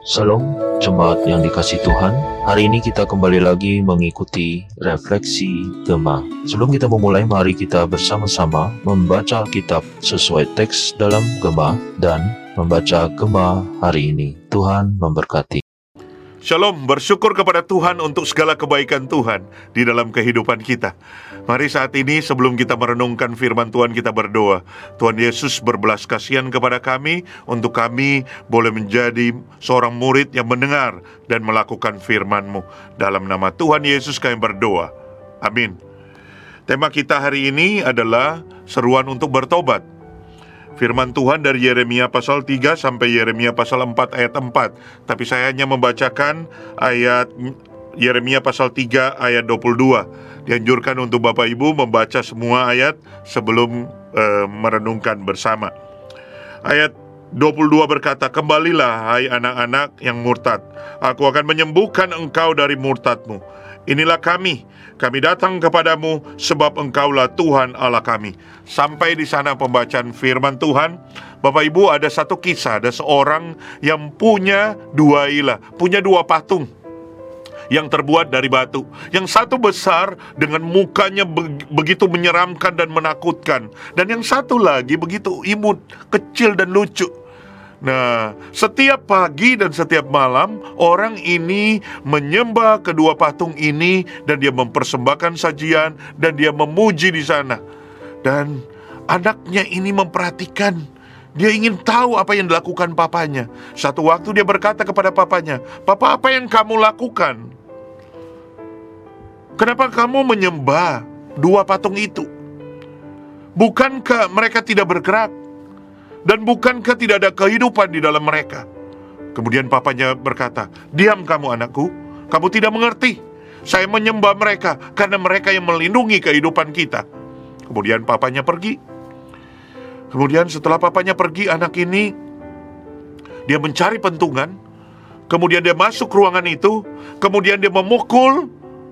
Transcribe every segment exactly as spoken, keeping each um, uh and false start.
Shalom, jemaat yang dikasih Tuhan. Hari ini kita kembali lagi mengikuti refleksi Gema. Sebelum kita memulai, mari kita bersama-sama membaca Alkitab sesuai teks dalam Gema dan membaca Gema hari ini. Tuhan memberkati. Shalom, bersyukur kepada Tuhan untuk segala kebaikan Tuhan di dalam kehidupan kita. Mari saat ini sebelum kita merenungkan firman Tuhan, kita berdoa. Tuhan Yesus berbelas kasihan kepada kami, untuk kami boleh menjadi seorang murid yang mendengar dan melakukan firman-Mu. Dalam nama Tuhan Yesus kami berdoa. Amin. Tema kita hari ini adalah seruan untuk bertobat. Firman Tuhan dari Yeremia pasal tiga sampai Yeremia pasal empat ayat empat. Tapi saya hanya membacakan ayat Yeremia pasal tiga ayat dua puluh dua. Dianjurkan untuk Bapak Ibu membaca semua ayat sebelum uh, merenungkan bersama. Ayat dua puluh dua berkata, "Kembalilah hai anak-anak yang murtad, aku akan menyembuhkan engkau dari murtadmu. Inilah kami, kami datang kepadamu sebab engkaulah Tuhan Allah kami." Sampai di sana pembacaan firman Tuhan. Bapak Ibu, ada satu kisah, ada seorang yang punya dua ilah, punya dua patung yang terbuat dari batu. Yang satu besar dengan mukanya be- begitu menyeramkan dan menakutkan, dan yang satu lagi begitu imut, kecil dan lucu. Nah, setiap pagi dan setiap malam orang ini menyembah kedua patung ini, dan dia mempersembahkan sajian dan dia memuji di sana. Dan anaknya ini memperhatikan, dia ingin tahu apa yang dilakukan papanya. Satu waktu dia berkata kepada papanya, "Papa, apa yang kamu lakukan? Kenapa kamu menyembah dua patung itu? Bukankah mereka tidak bergerak? Dan bukankah tidak ada kehidupan di dalam mereka?" Kemudian papanya berkata, "Diam kamu anakku, kamu tidak mengerti. Saya menyembah mereka karena mereka yang melindungi kehidupan kita." Kemudian papanya pergi. Kemudian setelah papanya pergi, anak ini dia mencari pentungan. Kemudian dia masuk ruangan itu. Kemudian dia memukul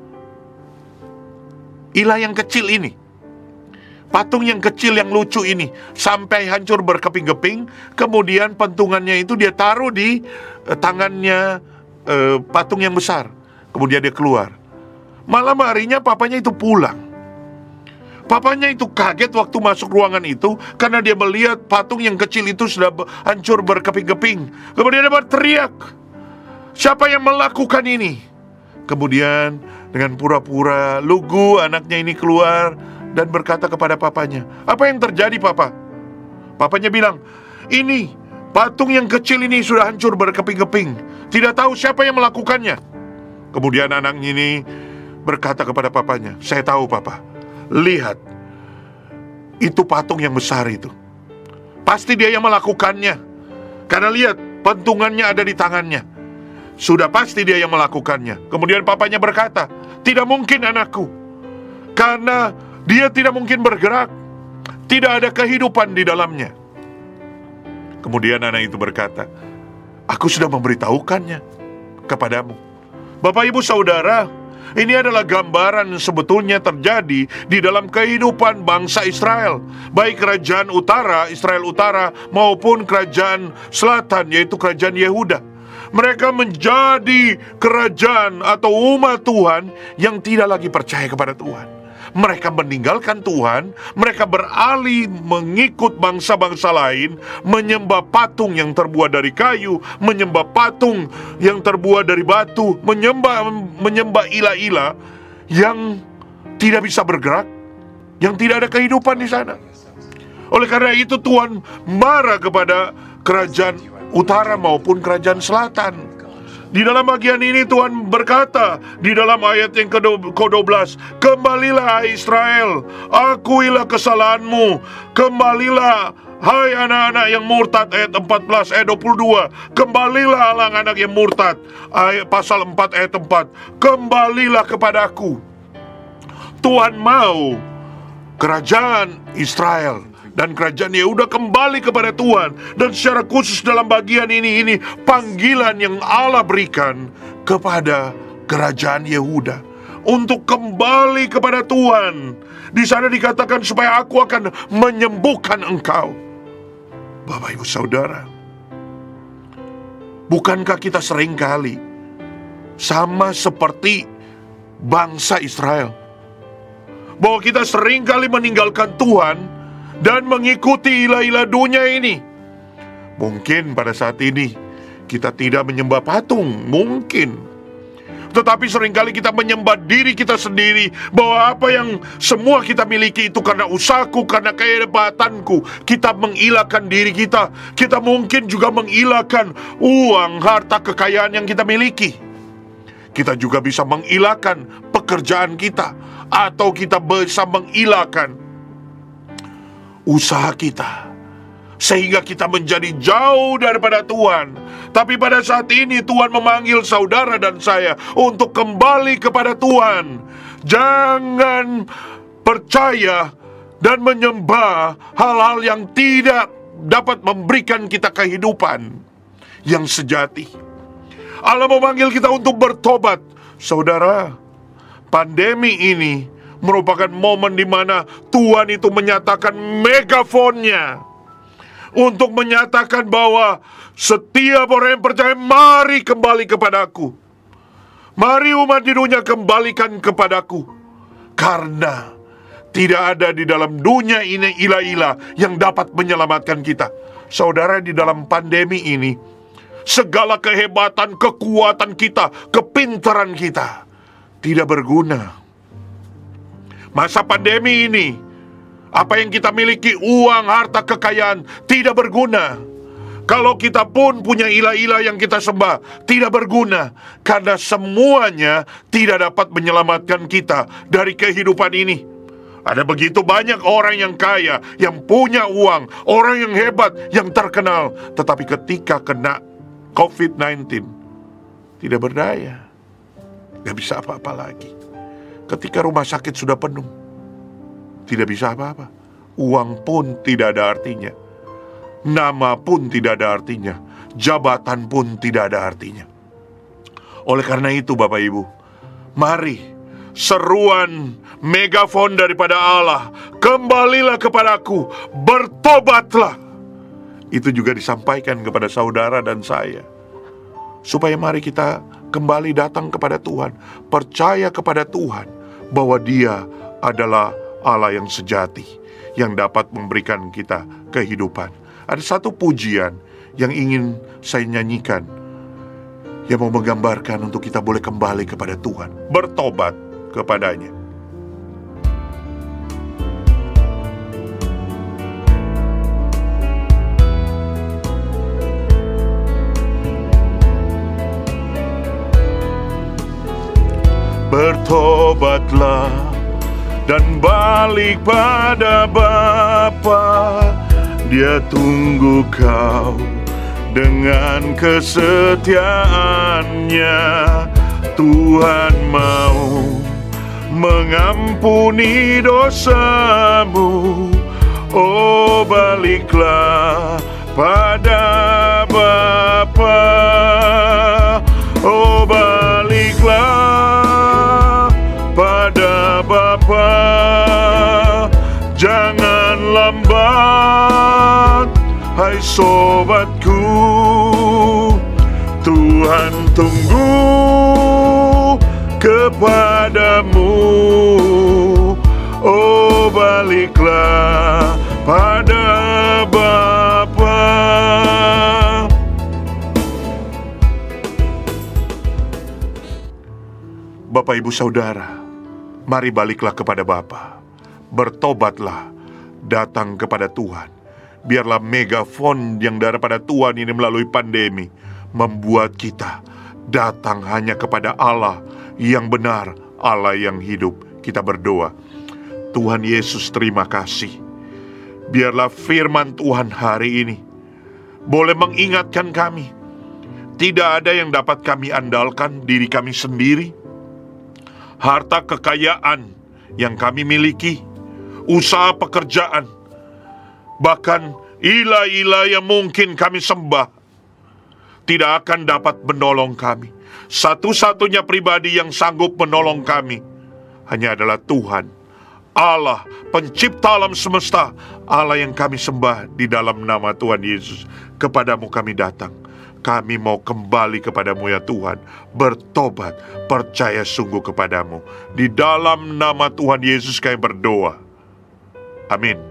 ilah yang kecil ini, patung yang kecil yang lucu ini, sampai hancur berkeping-keping. Kemudian pentungannya itu dia taruh di eh, tangannya eh, patung yang besar. Kemudian dia keluar. Malam harinya papanya itu pulang. Papanya itu kaget waktu masuk ruangan itu, karena dia melihat patung yang kecil itu sudah hancur berkeping-keping. Kemudian dia berteriak, "Siapa yang melakukan ini?" Kemudian dengan pura-pura lugu, anaknya ini keluar dan berkata kepada papanya, "Apa yang terjadi, Papa?" Papanya bilang, "Ini, patung yang kecil ini sudah hancur berkeping-keping. Tidak tahu siapa yang melakukannya." Kemudian anaknya ini berkata kepada papanya, "Saya tahu, Papa. Lihat, itu patung yang besar itu. Pasti dia yang melakukannya. Karena lihat, pentungannya ada di tangannya. Sudah pasti dia yang melakukannya." Kemudian papanya berkata, "Tidak mungkin anakku, karena dia tidak mungkin bergerak. Tidak ada kehidupan di dalamnya." Kemudian anak itu berkata, "Aku sudah memberitahukannya kepadamu." Bapak, Ibu, Saudara, ini adalah gambaran sebetulnya terjadi di dalam kehidupan bangsa Israel, baik kerajaan utara, Israel utara, maupun kerajaan selatan, yaitu kerajaan Yehuda. Mereka menjadi kerajaan atau umat Tuhan yang tidak lagi percaya kepada Tuhan. Mereka meninggalkan Tuhan, mereka beralih mengikut bangsa-bangsa lain, menyembah patung yang terbuat dari kayu, menyembah patung yang terbuat dari batu, menyembah menyembah ilah-ilah yang tidak bisa bergerak, yang tidak ada kehidupan di sana. Oleh karena itu Tuhan marah kepada kerajaan utara maupun kerajaan selatan. Di dalam bagian ini Tuhan berkata di dalam ayat yang kedua belas, "Kembalilah hai Israel, akuilah kesalahanmu. Kembalilah hai anak-anak yang murtad." Ayat empat belas, ayat dua puluh dua, "Kembalilah anak-anak yang murtad." Ayat pasal empat ayat empat, "Kembalilah kepadaku." Tuhan mau kerajaan Israel dan kerajaan Yehuda kembali kepada Tuhan. Dan secara khusus dalam bagian ini, ini panggilan yang Allah berikan kepada kerajaan Yehuda untuk kembali kepada Tuhan. Di sana dikatakan, "Supaya aku akan menyembuhkan engkau." Bapak, Ibu, Saudara, Bukankah kita seringkali sama seperti bangsa Israel, bahwa kita seringkali meninggalkan Tuhan dan mengikuti ilah-ilah dunia ini? Mungkin pada saat ini kita tidak menyembah patung, mungkin. Tetapi seringkali kita menyembah diri kita sendiri, bahwa apa yang semua kita miliki itu karena usahaku, karena kehebatanku. Kita mengilahkan diri kita. Kita mungkin juga mengilahkan uang, harta, kekayaan yang kita miliki. Kita juga bisa mengilahkan pekerjaan kita, atau kita bisa mengilahkan usaha kita, sehingga kita menjadi jauh daripada Tuhan. Tapi pada saat ini Tuhan memanggil saudara dan saya untuk kembali kepada Tuhan. Jangan percaya dan menyembah hal-hal yang tidak dapat memberikan kita kehidupan yang sejati. Allah memanggil kita untuk bertobat. Saudara, pandemi ini merupakan momen di mana Tuhan itu menyatakan megafonnya untuk menyatakan bahwa setiap orang yang percaya, mari kembali kepadaku. Mari umat di dunia kembalikan kepadaku. Karena tidak ada di dalam dunia ini ilah-ilah yang dapat menyelamatkan kita. Saudara, di dalam pandemi ini, segala kehebatan, kekuatan kita, kepintaran kita tidak berguna. Masa pandemi ini, apa yang kita miliki, uang, harta, kekayaan, tidak berguna. Kalau kita pun punya ilah-ilah yang kita sembah, tidak berguna. Karena semuanya tidak dapat menyelamatkan kita dari kehidupan ini. Ada begitu banyak orang yang kaya, yang punya uang, orang yang hebat, yang terkenal. Tetapi ketika kena covid sembilan belas, tidak berdaya. Gak bisa apa-apa lagi. Ketika rumah sakit sudah penuh, tidak bisa apa-apa. Uang pun tidak ada artinya. Nama pun tidak ada artinya. Jabatan pun tidak ada artinya. Oleh karena itu Bapak Ibu, mari seruan megafon daripada Allah, kembalilah kepadaku, bertobatlah. Itu juga disampaikan kepada saudara dan saya, supaya mari kita kembali datang kepada Tuhan, percaya kepada Tuhan bahwa Dia adalah Allah yang sejati, yang dapat memberikan kita kehidupan. Ada satu pujian yang ingin saya nyanyikan, yang mau menggambarkan untuk kita boleh kembali kepada Tuhan, bertobat kepadanya. Bertobatlah dan balik pada Bapa. Dia tunggu kau dengan kesetiaannya. Tuhan mau mengampuni dosamu. Oh, baliklah pada Bapa. Oh, baliklah pada Bapa. Jangan lambat, hai sobatku. Tuhan tunggu kepadamu. Oh, baliklah pada Bapa. Bapak, Ibu, Saudara, mari baliklah kepada Bapa. Bertobatlah, datang kepada Tuhan. Biarlah megafon yang daripada Tuhan ini melalui pandemi membuat kita datang hanya kepada Allah yang benar, Allah yang hidup. Kita berdoa. Tuhan Yesus, terima kasih. Biarlah firman Tuhan hari ini boleh mengingatkan kami, tidak ada yang dapat kami andalkan diri kami sendiri. Harta kekayaan yang kami miliki, usaha pekerjaan, bahkan ilah-ilah yang mungkin kami sembah, tidak akan dapat menolong kami. Satu-satunya pribadi yang sanggup menolong kami hanya adalah Tuhan, Allah, pencipta alam semesta, Allah yang kami sembah di dalam nama Tuhan Yesus. Kepadamu kami datang, Kami mau kembali kepadamu ya Tuhan, bertobat, percaya sungguh kepadamu. Di dalam nama Tuhan Yesus kami berdoa. Amin.